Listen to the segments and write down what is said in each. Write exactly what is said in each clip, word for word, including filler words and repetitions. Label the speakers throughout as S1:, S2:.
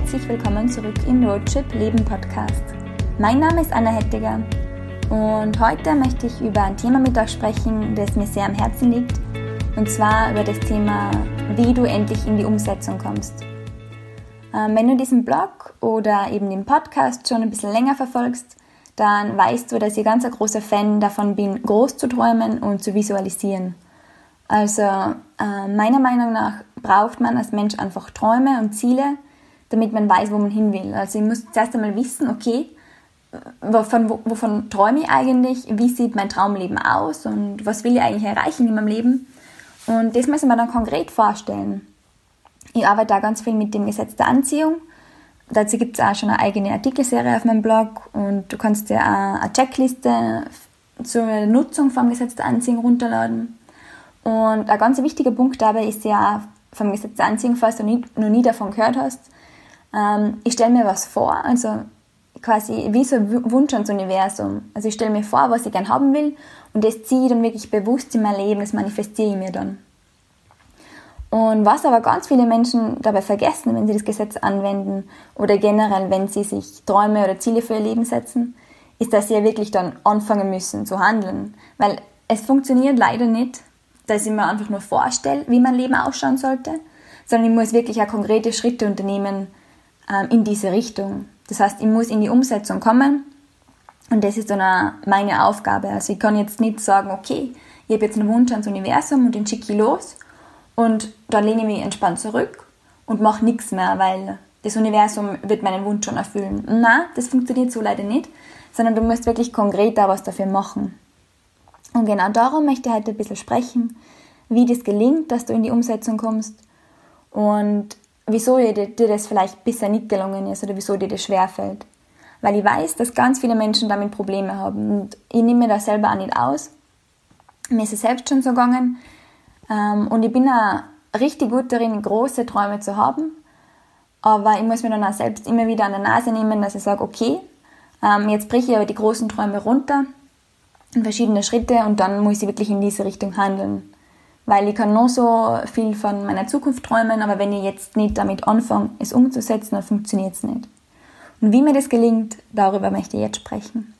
S1: herzlich willkommen zurück im Roadtrip Leben Podcast. Mein Name ist Anna Hettiger und heute möchte ich über ein Thema mit euch sprechen, das mir sehr am Herzen liegt, und zwar über das Thema, wie du endlich in die Umsetzung kommst. Ähm, wenn du diesen Blog oder eben den Podcast schon ein bisschen länger verfolgst, dann weißt du, dass ich ganz ein großer Fan davon bin, groß zu träumen und zu visualisieren. Also äh, meiner Meinung nach braucht man als Mensch einfach Träume und Ziele, damit man weiß, wo man hin will. Also ich muss zuerst einmal wissen, okay, wovon, wovon träume ich eigentlich, wie sieht mein Traumleben aus und was will ich eigentlich erreichen in meinem Leben. Und das muss ich mir dann konkret vorstellen. Ich arbeite da ganz viel mit dem Gesetz der Anziehung. Dazu gibt es auch schon eine eigene Artikelserie auf meinem Blog und du kannst dir auch eine Checkliste zur Nutzung vom Gesetz der Anziehung runterladen. Und ein ganz wichtiger Punkt dabei ist ja vom Gesetz der Anziehung, falls du nie, noch nie davon gehört hast. Ähm, ich stelle mir was vor, also quasi wie so ein Wunsch ans Universum. Also ich stelle mir vor, was ich gerne haben will und das ziehe ich dann wirklich bewusst in mein Leben, das manifestiere ich mir dann. Und was aber ganz viele Menschen dabei vergessen, wenn sie das Gesetz anwenden oder generell, wenn sie sich Träume oder Ziele für ihr Leben setzen, ist, dass sie ja wirklich dann anfangen müssen zu handeln. Weil es funktioniert leider nicht, dass ich mir einfach nur vorstelle, wie mein Leben ausschauen sollte, sondern ich muss wirklich auch konkrete Schritte unternehmen ähm, in diese Richtung. Das heißt, ich muss in die Umsetzung kommen und das ist dann auch meine Aufgabe. Also ich kann jetzt nicht sagen, okay, ich habe jetzt einen Wunsch ans Universum und den schicke ich los und dann lehne ich mich entspannt zurück und mache nichts mehr, weil das Universum wird meinen Wunsch schon erfüllen. Nein, das funktioniert so leider nicht, sondern du musst wirklich konkret da was dafür machen. Und genau darum möchte ich heute ein bisschen sprechen, wie das gelingt, dass du in die Umsetzung kommst und wieso dir, dir das vielleicht bisher nicht gelungen ist oder wieso dir das schwerfällt. Weil ich weiß, dass ganz viele Menschen damit Probleme haben und ich nehme mir das selber auch nicht aus. Mir ist es selbst schon so gegangen ähm, und ich bin auch richtig gut darin, große Träume zu haben, aber ich muss mir dann auch selbst immer wieder an der Nase nehmen, dass ich sage, okay, ähm, jetzt breche ich aber die großen Träume runter in verschiedene Schritte und dann muss ich wirklich in diese Richtung handeln. Weil ich kann noch so viel von meiner Zukunft träumen, aber wenn ich jetzt nicht damit anfange, es umzusetzen, dann funktioniert es nicht. Und wie mir das gelingt, darüber möchte ich jetzt sprechen.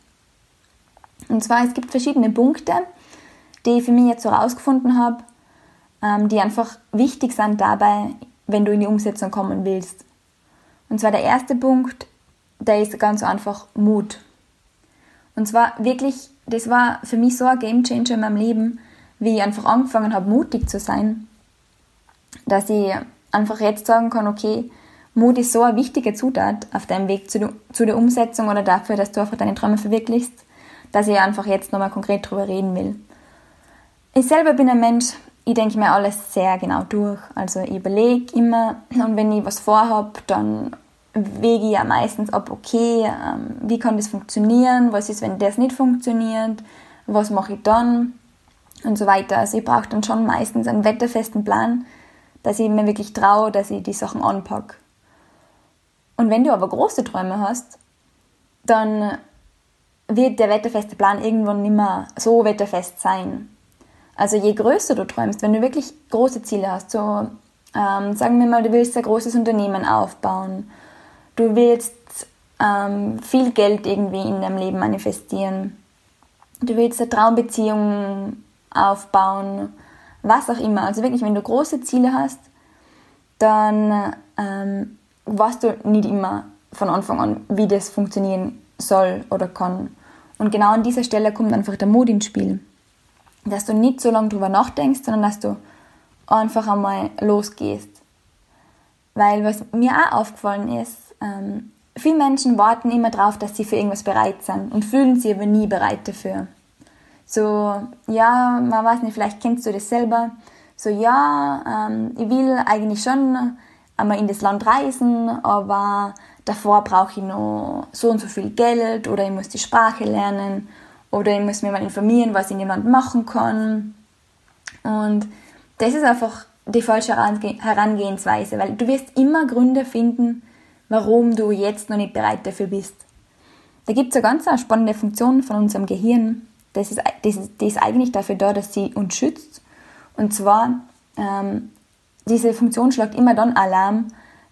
S1: Und zwar, es gibt verschiedene Punkte, die ich für mich jetzt so herausgefunden habe, ähm, die einfach wichtig sind dabei, wenn du in die Umsetzung kommen willst. Und zwar der erste Punkt, der ist ganz einfach Mut. Und zwar wirklich, das war für mich so ein Gamechanger in meinem Leben, wie ich einfach angefangen habe, mutig zu sein, dass ich einfach jetzt sagen kann, okay, Mut ist so eine wichtige Zutat auf deinem Weg zu der, zu der Umsetzung oder dafür, dass du einfach deine Träume verwirklichst, dass ich einfach jetzt nochmal konkret darüber reden will. Ich selber bin ein Mensch, ich denke mir alles sehr genau durch, also ich überlege immer und wenn ich was vorhabe, dann wege ich ja meistens ab, okay, ähm, wie kann das funktionieren, was ist, wenn das nicht funktioniert, was mache ich dann und so weiter. Also ich brauche dann schon meistens einen wetterfesten Plan, dass ich mir wirklich traue, dass ich die Sachen anpacke. Und wenn du aber große Träume hast, dann wird der wetterfeste Plan irgendwann nicht mehr so wetterfest sein. Also je größer du träumst, wenn du wirklich große Ziele hast, so ähm, sagen wir mal, du willst ein großes Unternehmen aufbauen, du willst ähm, viel Geld irgendwie in deinem Leben manifestieren, du willst eine Traumbeziehung aufbauen, was auch immer. Also wirklich, wenn du große Ziele hast, dann ähm, weißt du nicht immer von Anfang an, wie das funktionieren soll oder kann. Und genau an dieser Stelle kommt einfach der Mut ins Spiel. Dass du nicht so lange drüber nachdenkst, sondern dass du einfach einmal losgehst. Weil was mir auch aufgefallen ist, ähm, viele Menschen warten immer darauf, dass sie für irgendwas bereit sind und fühlen sich aber nie bereit dafür. So, ja, man weiß nicht, vielleicht kennst du das selber. So, ja, ähm, ich will eigentlich schon einmal in das Land reisen, aber davor brauche ich noch so und so viel Geld oder ich muss die Sprache lernen oder ich muss mir mal informieren, was ich in dem Land machen kann. Und das ist einfach die falsche Herangehensweise, weil du wirst immer Gründe finden, warum du jetzt noch nicht bereit dafür bist. Da gibt es eine ganz spannende Funktion von unserem Gehirn. Das ist, das ist, die ist eigentlich dafür da, dass sie uns schützt. Und zwar, ähm, diese Funktion schlägt immer dann Alarm,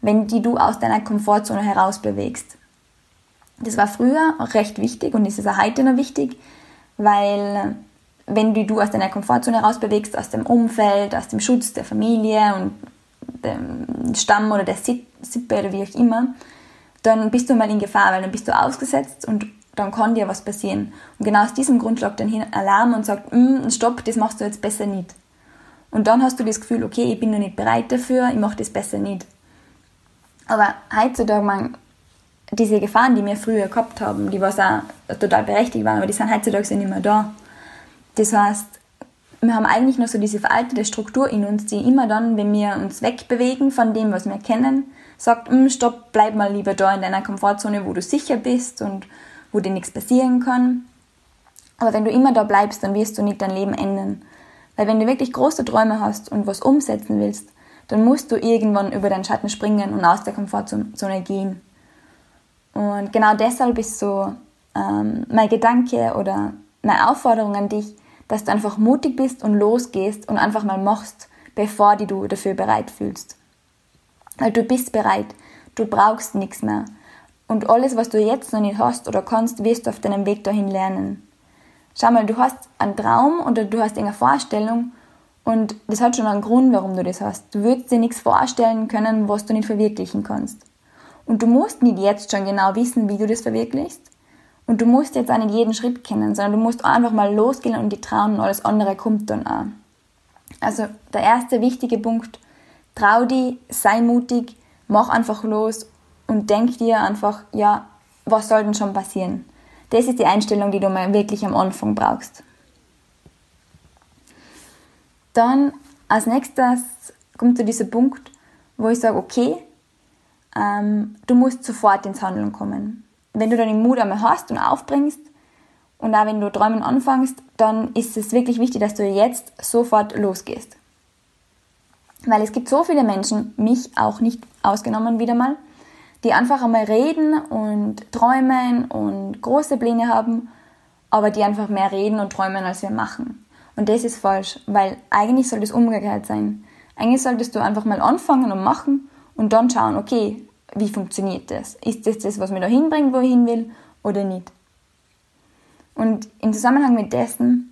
S1: wenn die du aus deiner Komfortzone heraus bewegst. Das war früher recht wichtig und ist es auch heute noch wichtig, weil wenn du du aus deiner Komfortzone heraus bewegst, aus dem Umfeld, aus dem Schutz der Familie und dem Stamm oder der Sippe oder wie auch immer, dann bist du mal in Gefahr, weil dann bist du ausgesetzt und dann kann dir was passieren. Und genau aus diesem Grund schlagt dann hin Alarm und sagt, stopp, das machst du jetzt besser nicht. Und dann hast du das Gefühl, okay, ich bin noch nicht bereit dafür, ich mache das besser nicht. Aber heutzutage, man, diese Gefahren, die wir früher gehabt haben, die was auch total berechtigt waren, aber die sind heutzutage nicht mehr da. Das heißt, wir haben eigentlich noch so diese veraltete Struktur in uns, die immer dann, wenn wir uns wegbewegen von dem, was wir kennen, sagt, stopp, bleib mal lieber da in deiner Komfortzone, wo du sicher bist und wo dir nichts passieren kann. Aber wenn du immer da bleibst, dann wirst du nicht dein Leben ändern. Weil wenn du wirklich große Träume hast und was umsetzen willst, dann musst du irgendwann über deinen Schatten springen und aus der Komfortzone gehen. Und genau deshalb ist so ähm, mein Gedanke oder meine Aufforderung an dich, dass du einfach mutig bist und losgehst und einfach mal machst, bevor du dafür bereit fühlst. Weil du bist bereit, du brauchst nichts mehr. Und alles, was du jetzt noch nicht hast oder kannst, wirst du auf deinem Weg dahin lernen. Schau mal, du hast einen Traum oder du hast eine Vorstellung und das hat schon einen Grund, warum du das hast. Du würdest dir nichts vorstellen können, was du nicht verwirklichen kannst. Und du musst nicht jetzt schon genau wissen, wie du das verwirklichst. Und du musst jetzt auch nicht jeden Schritt kennen, sondern du musst einfach mal losgehen und die trauen und alles andere kommt dann auch. Also der erste wichtige Punkt, trau dich, sei mutig, mach einfach los und denk dir einfach, ja, was soll denn schon passieren? Das ist die Einstellung, die du mal wirklich am Anfang brauchst. Dann als nächstes kommt zu dieser Punkt, wo ich sage, okay, ähm, du musst sofort ins Handeln kommen. Wenn du dann den Mut einmal hast und aufbringst und auch wenn du träumen anfängst, dann ist es wirklich wichtig, dass du jetzt sofort losgehst. Weil es gibt so viele Menschen, mich auch nicht ausgenommen wieder mal, die einfach einmal reden und träumen und große Pläne haben, aber die einfach mehr reden und träumen, als wir machen. Und das ist falsch, weil eigentlich soll das umgekehrt sein. Eigentlich solltest du einfach mal anfangen und machen und dann schauen, okay, wie funktioniert das? Ist das das, was mich da hinbringt, wo ich hin will, oder nicht? Und im Zusammenhang mit dessen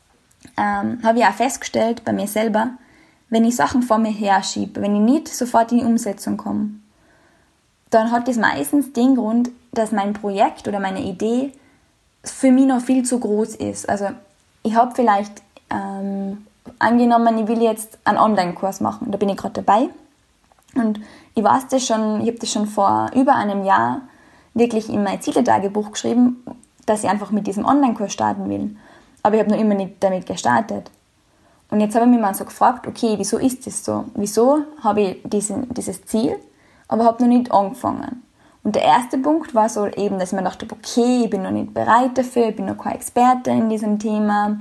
S1: ähm, habe ich auch festgestellt bei mir selber, wenn ich Sachen vor mir herschiebe, wenn ich nicht sofort in die Umsetzung komme, dann hat das meistens den Grund, dass mein Projekt oder meine Idee für mich noch viel zu groß ist. Also ich habe vielleicht ähm, angenommen, ich will jetzt einen Online-Kurs machen, da bin ich gerade dabei. Und ich weiß das schon, ich habe das schon vor über einem Jahr wirklich in mein Ziele-Tagebuch geschrieben, dass ich einfach mit diesem Online-Kurs starten will. Aber ich habe noch immer nicht damit gestartet. Und jetzt habe ich mich mal so gefragt, okay, wieso ist das so? Wieso habe ich diesen, dieses Ziel, aber habe noch nicht angefangen? Und der erste Punkt war so eben, dass ich mir dachte, okay, ich bin noch nicht bereit dafür, ich bin noch kein Experte in diesem Thema.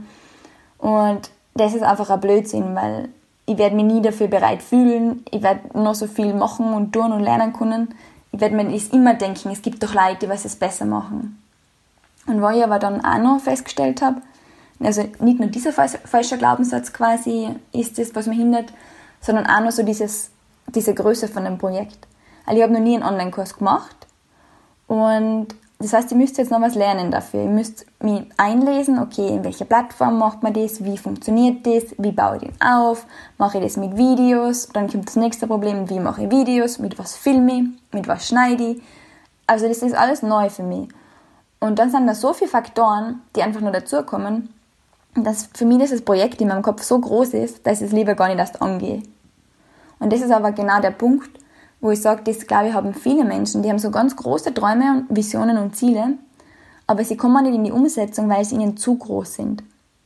S1: Und das ist einfach ein Blödsinn, weil ich werde mich nie dafür bereit fühlen, ich werde noch so viel machen und tun und lernen können. Ich werde mir das immer denken, es gibt doch Leute, die was es besser machen. Und wo ich aber dann auch noch festgestellt habe, also nicht nur dieser falsche Glaubenssatz quasi ist das, was mich hindert, sondern auch noch so dieses, diese Größe von dem Projekt. Also ich habe noch nie einen Online-Kurs gemacht und das heißt, ihr müsst jetzt noch was lernen dafür. Ihr müsst mich einlesen, okay, in welcher Plattform macht man das, wie funktioniert das, wie baue ich den auf, mache ich das mit Videos, dann kommt das nächste Problem, wie mache ich Videos, mit was filme ich, mit was schneide ich. Also das ist alles neu für mich. Und dann sind da so viele Faktoren, die einfach nur dazukommen, dass für mich dieses Projekt in meinem Kopf so groß ist, dass ich es lieber gar nicht erst angehe. Und das ist aber genau der Punkt, wo ich sage, das glaube ich haben viele Menschen, die haben so ganz große Träume, Visionen und Ziele, aber sie kommen nicht in die Umsetzung, weil sie ihnen zu groß sind.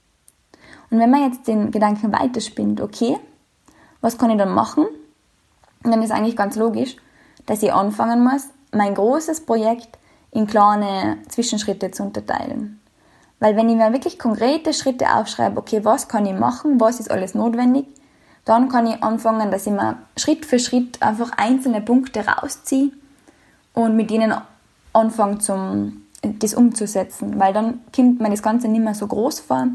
S1: Und wenn man jetzt den Gedanken weiterspinnt, okay, was kann ich dann machen? Und dann ist eigentlich ganz logisch, dass ich anfangen muss, mein großes Projekt in kleine Zwischenschritte zu unterteilen. Weil wenn ich mir wirklich konkrete Schritte aufschreibe, okay, was kann ich machen, was ist alles notwendig, dann kann ich anfangen, dass ich mir Schritt für Schritt einfach einzelne Punkte rausziehe und mit ihnen anfange, zum, das umzusetzen. Weil dann kommt mir das Ganze nicht mehr so groß vor,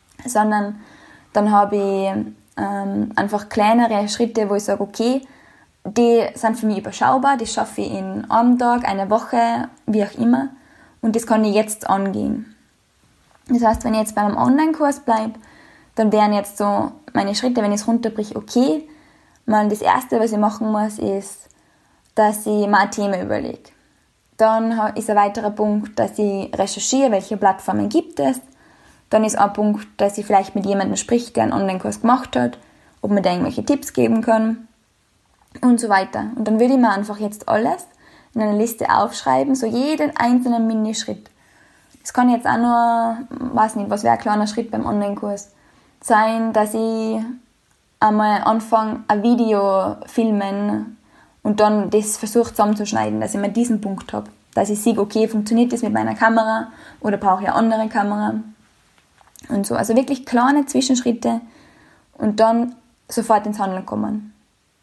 S1: sondern dann habe ich ähm, einfach kleinere Schritte, wo ich sage, okay, die sind für mich überschaubar, das schaffe ich in einem Tag, einer Woche, wie auch immer. Und das kann ich jetzt angehen. Das heißt, wenn ich jetzt bei einem Online-Kurs bleibe, dann wären jetzt so meine Schritte, wenn ich es runterbrich, okay. Mal das Erste, was ich machen muss, ist, dass ich mir ein Thema überlege. Dann ist ein weiterer Punkt, dass ich recherchiere, welche Plattformen gibt es. Dann ist ein Punkt, dass ich vielleicht mit jemandem spricht, der einen Online-Kurs gemacht hat, ob man da irgendwelche Tipps geben kann und so weiter. Und dann würde ich mir einfach jetzt alles in einer Liste aufschreiben, so jeden einzelnen Minischritt. Das kann jetzt auch nur, weiß nicht, was wäre ein kleiner Schritt beim Online-Kurs sein, dass ich einmal anfange, ein Video filmen und dann das versuche zusammenzuschneiden, dass ich mir diesen Punkt habe. Dass ich sehe, okay, funktioniert das mit meiner Kamera oder brauche ich eine andere Kamera und so. Also wirklich kleine Zwischenschritte und dann sofort ins Handeln kommen.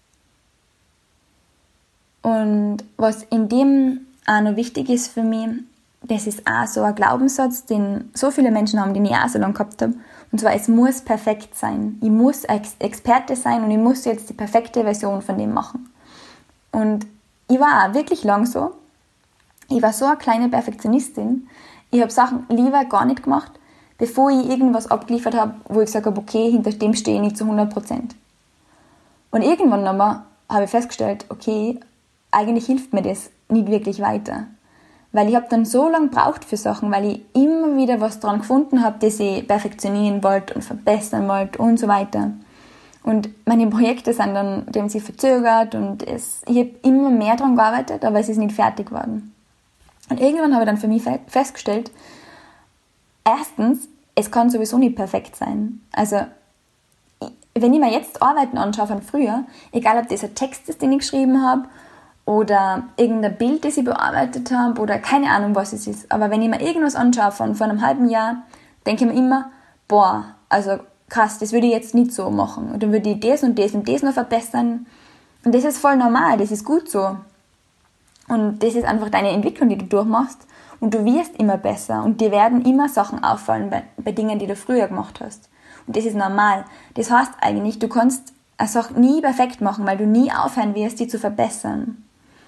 S1: Und was in dem auch noch wichtig ist für mich, das ist auch so ein Glaubenssatz, den so viele Menschen haben, den ich auch so lange gehabt habe. Und zwar, es muss perfekt sein. Ich muss Ex- Experte sein und ich muss jetzt die perfekte Version von dem machen. Und ich war auch wirklich lang so. Ich war so eine kleine Perfektionistin. Ich habe Sachen lieber gar nicht gemacht, bevor ich irgendwas abgeliefert habe, wo ich gesagt habe, okay, hinter dem stehe ich nicht zu hundert Prozent. Und irgendwann aber habe ich festgestellt, okay, eigentlich hilft mir das nicht wirklich weiter. Weil ich habe dann so lange gebraucht für Sachen, weil ich immer wieder was dran gefunden habe, das ich perfektionieren wollte und verbessern wollte und so weiter. Und meine Projekte sind dann, die haben sich verzögert und es, ich habe immer mehr daran gearbeitet, aber es ist nicht fertig geworden. Und irgendwann habe ich dann für mich festgestellt, erstens, es kann sowieso nicht perfekt sein. Also, wenn ich mir jetzt Arbeiten anschaue von früher, egal ob das ein Text ist, den ich geschrieben habe, oder irgendein Bild, das ich bearbeitet habe, oder keine Ahnung, was es ist. Aber wenn ich mir irgendwas anschaue von vor einem halben Jahr, denke ich mir immer, boah, also krass, das würde ich jetzt nicht so machen. Und dann würde ich das und das und das noch verbessern. Und das ist voll normal, das ist gut so. Und das ist einfach deine Entwicklung, die du durchmachst. Und du wirst immer besser. Und dir werden immer Sachen auffallen bei, bei Dingen, die du früher gemacht hast. Und das ist normal. Das heißt eigentlich, du kannst eine Sache nie perfekt machen, weil du nie aufhören wirst, die zu verbessern.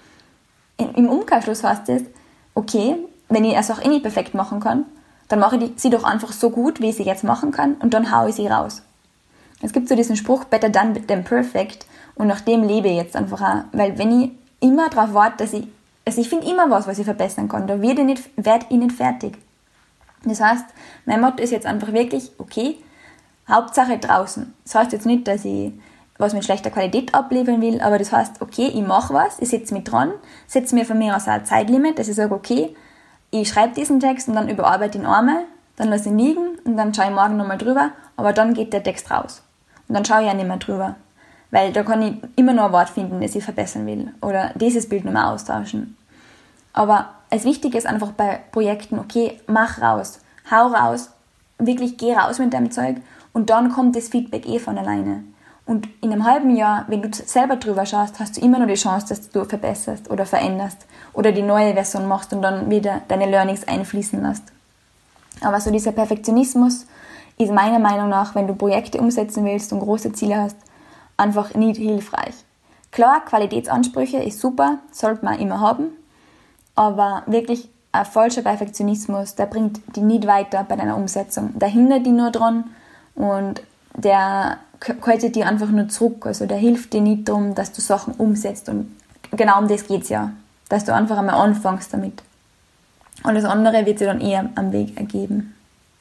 S1: Im Umkehrschluss heißt es, okay, wenn ich eine Sache eh nicht perfekt machen kann, dann mache ich sie doch einfach so gut, wie ich sie jetzt machen kann und dann haue ich sie raus. Es gibt so diesen Spruch, better done than perfect, und nach dem lebe ich jetzt einfach auch, weil wenn ich immer darauf warte, dass ich, also ich finde immer was, was ich verbessern kann, da werde ich nicht, werde ich nicht fertig. Das heißt, mein Motto ist jetzt einfach wirklich, okay, Hauptsache draußen. Das heißt jetzt nicht, dass ich was mit schlechter Qualität abliefern will, aber das heißt, okay, ich mache was, ich setze mich dran, setze mir von mir aus ein Zeitlimit, dass ich sage, okay, ich schreibe diesen Text und dann überarbeite ihn einmal, dann lasse ich ihn liegen und dann schaue ich morgen nochmal drüber, aber dann geht der Text raus. Und dann schaue ich ja nicht mehr drüber, weil da kann ich immer noch ein Wort finden, das ich verbessern will oder dieses Bild nochmal austauschen. Aber das Wichtige ist einfach bei Projekten, okay, mach raus, hau raus, wirklich geh raus mit deinem Zeug und dann kommt das Feedback eh von alleine. Und in einem halben Jahr, wenn du selber drüber schaust, hast du immer noch die Chance, dass du verbesserst oder veränderst oder die neue Version machst und dann wieder deine Learnings einfließen lässt. Aber so dieser Perfektionismus ist meiner Meinung nach, wenn du Projekte umsetzen willst und große Ziele hast, einfach nicht hilfreich. Klar, Qualitätsansprüche ist super, sollte man immer haben, aber wirklich ein falscher Perfektionismus, der bringt dich nicht weiter bei deiner Umsetzung. Der hindert dich nur dran und der hält dir einfach nur zurück. Also der hilft dir nicht darum, dass du Sachen umsetzt. Und genau um das geht es ja. Dass du einfach einmal anfängst damit. Und das andere wird sich dann eher am Weg ergeben.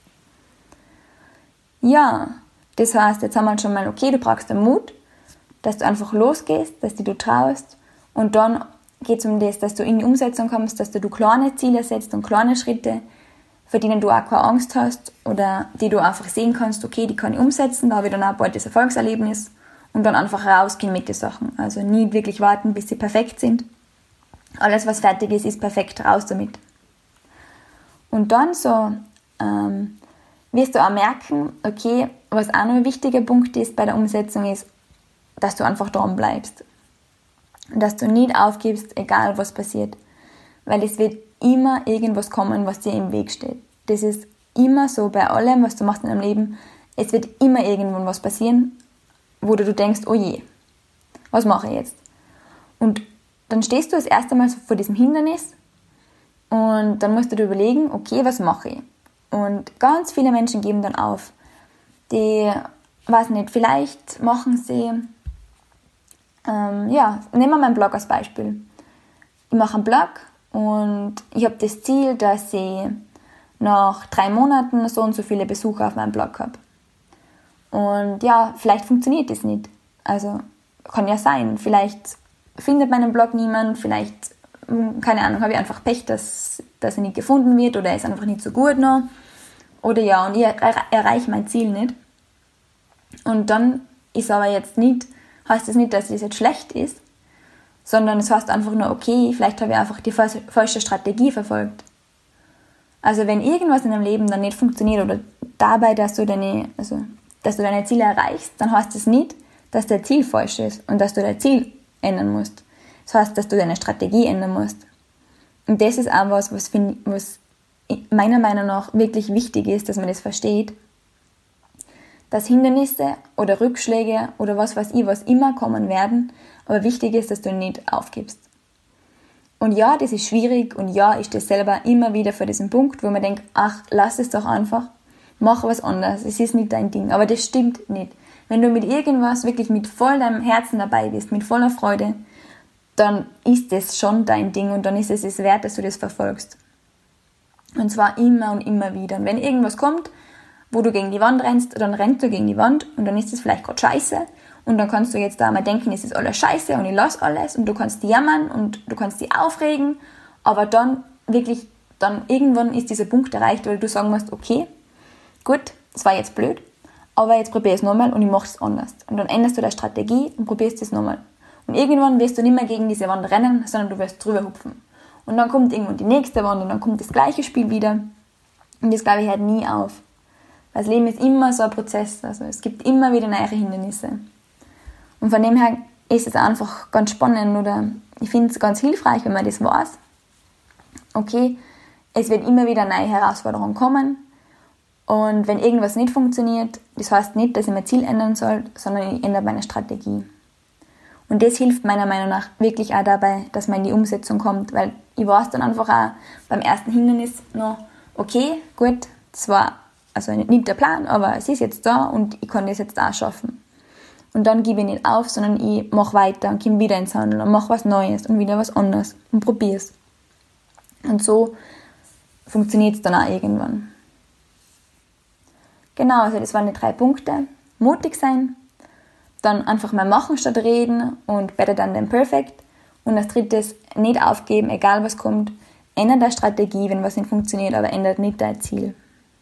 S1: Ja, das heißt, jetzt haben wir schon mal, okay, du brauchst den Mut, dass du einfach losgehst, dass du traust. Und dann geht es um das, dass du in die Umsetzung kommst, dass du, du kleine Ziele setzt und kleine Schritte, für denen du auch keine Angst hast oder die du einfach sehen kannst, okay, die kann ich umsetzen, da habe ich dann auch bald das Erfolgserlebnis und dann einfach rausgehen mit den Sachen. Also nie wirklich warten, bis sie perfekt sind. Alles, was fertig ist, ist perfekt, raus damit. Und dann so ähm, wirst du auch merken, okay, was auch noch ein wichtiger Punkt ist bei der Umsetzung ist, dass du einfach dran bleibst. Und dass du nicht aufgibst, egal was passiert. Weil es wird immer irgendwas kommen, was dir im Weg steht. Das ist immer so bei allem, was du machst in deinem Leben. Es wird immer irgendwann was passieren, wo du denkst, oh je, was mache ich jetzt? Und dann stehst du das erste Mal vor diesem Hindernis und dann musst du dir überlegen, okay, was mache ich? Und ganz viele Menschen geben dann auf. Die, weiß nicht, vielleicht machen sie, ähm, ja, nehmen wir meinen Blog als Beispiel. Ich mache einen Blog und ich habe das Ziel, dass ich nach drei Monaten so und so viele Besucher auf meinem Blog habe. Und ja, vielleicht funktioniert das nicht. Also kann ja sein. Vielleicht findet meinen Blog niemand, vielleicht, keine Ahnung, habe ich einfach Pech, dass, dass er nicht gefunden wird oder er ist einfach nicht so gut noch. Oder ja, und ich er- erreiche mein Ziel nicht. Und dann ist aber jetzt nicht, heißt es nicht, dass das jetzt schlecht ist, sondern es heißt einfach nur, okay, vielleicht habe ich einfach die falsche Strategie verfolgt. Also wenn irgendwas in deinem Leben dann nicht funktioniert oder dabei, dass du deine, also, dass du deine Ziele erreichst, dann heißt es nicht, dass dein Ziel falsch ist und dass du dein Ziel ändern musst. Das heißt, dass du deine Strategie ändern musst. Und das ist auch was, was, find, was meiner Meinung nach wirklich wichtig ist, dass man das versteht, dass Hindernisse oder Rückschläge oder was weiß ich, was immer kommen werden, aber wichtig ist, dass du nicht aufgibst. Und ja, das ist schwierig und ja, ich stehe selber immer wieder vor diesem Punkt, wo man denkt, ach, lass es doch einfach, mach was anderes, es ist nicht dein Ding. Aber das stimmt nicht. Wenn du mit irgendwas wirklich mit voll deinem Herzen dabei bist, mit voller Freude, dann ist das schon dein Ding und dann ist es es wert, dass du das verfolgst. Und zwar immer und immer wieder. Und wenn irgendwas kommt, wo du gegen die Wand rennst, dann rennst du gegen die Wand und dann ist es vielleicht gerade scheiße und dann kannst du jetzt da mal denken, es ist alles scheiße und ich lasse alles und du kannst jammern und du kannst dich aufregen, aber dann wirklich, dann irgendwann ist dieser Punkt erreicht, weil du sagen musst, okay, gut, es war jetzt blöd, aber jetzt probier es nochmal und ich mache es anders. Und dann änderst du deine Strategie und probierst es nochmal. Und irgendwann wirst du nicht mehr gegen diese Wand rennen, sondern du wirst drüber hupfen. Und dann kommt irgendwann die nächste Wand und dann kommt das gleiche Spiel wieder. Und das, glaube ich, hört nie auf. Das Leben ist immer so ein Prozess, also es gibt immer wieder neue Hindernisse. Und von dem her ist es einfach ganz spannend oder ich finde es ganz hilfreich, wenn man das weiß. Okay, es wird immer wieder neue Herausforderungen kommen und wenn irgendwas nicht funktioniert, das heißt nicht, dass ich mein Ziel ändern soll, sondern ich ändere meine Strategie. Und das hilft meiner Meinung nach wirklich auch dabei, dass man in die Umsetzung kommt, weil ich weiß dann einfach auch beim ersten Hindernis noch, okay, gut, das war also nicht der Plan, aber es ist jetzt da und ich kann das jetzt auch schaffen. Und dann gebe ich nicht auf, sondern ich mache weiter und komme wieder ins Handeln und mache was Neues und wieder was anderes und probiere es. Und so funktioniert es dann auch irgendwann. Genau, also das waren die drei Punkte. Mutig sein, dann einfach mal machen statt reden und better than than perfect. Und als drittes, nicht aufgeben, egal was kommt. Ändert deine Strategie, wenn was nicht funktioniert, aber ändert nicht dein Ziel.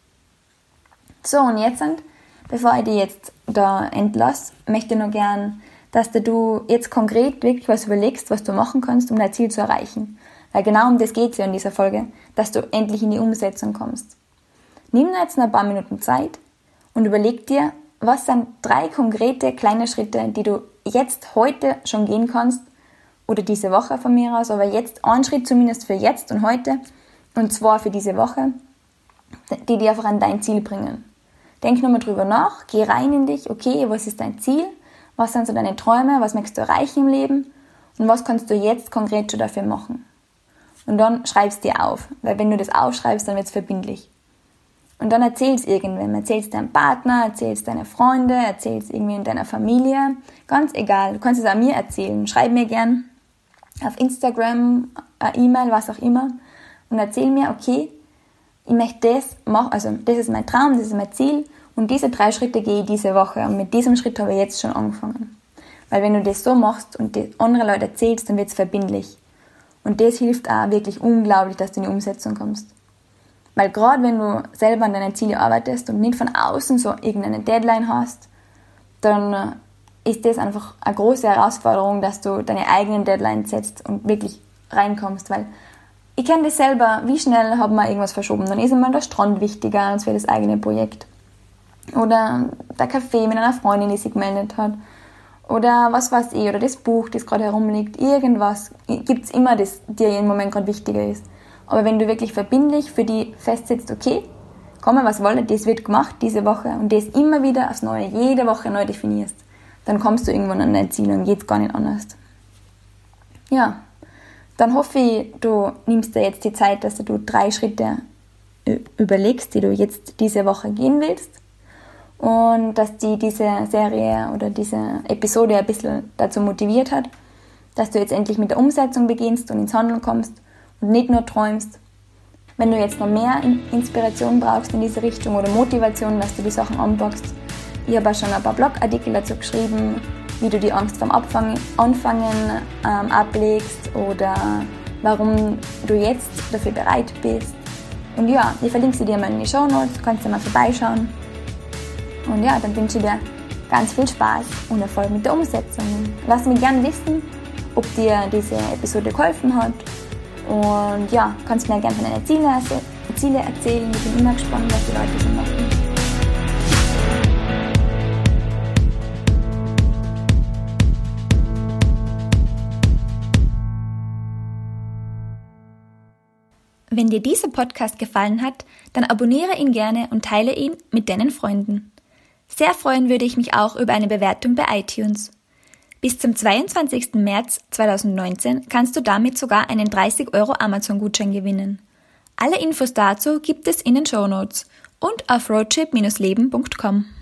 S1: So, und jetzt, bevor ich dich jetzt da entlasse, möchte ich noch gern, dass du jetzt konkret wirklich was überlegst, was du machen kannst, um dein Ziel zu erreichen. Weil genau um das geht es ja in dieser Folge, dass du endlich in die Umsetzung kommst. Nimm dir jetzt noch ein paar Minuten Zeit und überleg dir, was sind drei konkrete kleine Schritte, die du jetzt heute schon gehen kannst, oder diese Woche von mir aus, aber jetzt einen Schritt zumindest für jetzt und heute, und zwar für diese Woche, die dich einfach an dein Ziel bringen. Denk nochmal drüber nach, geh rein in dich, okay, was ist dein Ziel, was sind so deine Träume, was möchtest du erreichen im Leben und was kannst du jetzt konkret schon dafür machen. Und dann schreib's dir auf, weil wenn du das aufschreibst, dann wird es verbindlich. Und dann erzähl's irgendwem, erzähl's deinem Partner, erzähl's deiner Freunde, erzähl's irgendwie in deiner Familie, ganz egal, du kannst es auch mir erzählen, schreib mir gern auf Instagram, eine E-Mail, was auch immer und erzähl mir, okay, ich möchte das machen, also das ist mein Traum, das ist mein Ziel und diese drei Schritte gehe ich diese Woche und mit diesem Schritt habe ich jetzt schon angefangen. Weil wenn du das so machst und die anderen Leute erzählst, dann wird es verbindlich. Und das hilft auch wirklich unglaublich, dass du in die Umsetzung kommst. Weil gerade wenn du selber an deinen Zielen arbeitest und nicht von außen so irgendeine Deadline hast, dann ist das einfach eine große Herausforderung, dass du deine eigenen Deadlines setzt und wirklich reinkommst, weil ich kenne das selber, wie schnell hat man irgendwas verschoben. Dann ist einmal der Strand wichtiger als für das eigene Projekt. Oder der Kaffee mit einer Freundin, die sich gemeldet hat. Oder was weiß ich, oder das Buch, das gerade herumliegt. Irgendwas gibt es immer, das dir im Moment gerade wichtiger ist. Aber wenn du wirklich verbindlich für die festsetzt, okay, komme was wolle, das wird gemacht diese Woche und das immer wieder aufs Neue, jede Woche neu definierst, dann kommst du irgendwann an dein Ziel und geht's gar nicht anders. ja, dann hoffe ich, du nimmst dir jetzt die Zeit, dass du drei Schritte überlegst, die du jetzt diese Woche gehen willst. Und dass die diese Serie oder diese Episode ein bisschen dazu motiviert hat, dass du jetzt endlich mit der Umsetzung beginnst und ins Handeln kommst und nicht nur träumst. Wenn du jetzt noch mehr Inspiration brauchst in diese Richtung oder Motivation, dass du die Sachen anpackst, ich habe auch schon ein paar Blogartikel dazu geschrieben, wie du die Angst vom Abfangen, Anfangen ähm, ablegst oder warum du jetzt dafür bereit bist. Und ja, ich verlinke sie dir mal in die Shownotes, du kannst ja mal vorbeischauen. Und ja, dann wünsche ich dir ganz viel Spaß und Erfolg mit der Umsetzung. Lass mich gerne wissen, ob dir diese Episode geholfen hat. Und ja, kannst mir gerne von deinen Ziele, Ziele erzählen. Ich bin immer gespannt, was die Leute so machen. Wenn dir dieser Podcast gefallen hat, dann abonniere ihn gerne und teile ihn mit deinen Freunden. Sehr freuen würde ich mich auch über eine Bewertung bei iTunes. Bis zum zweiundzwanzigsten März zweitausendneunzehn kannst du damit sogar einen dreißig Euro Amazon-Gutschein gewinnen. Alle Infos dazu gibt es in den Shownotes und auf roadtrip Bindestrich leben Punkt com.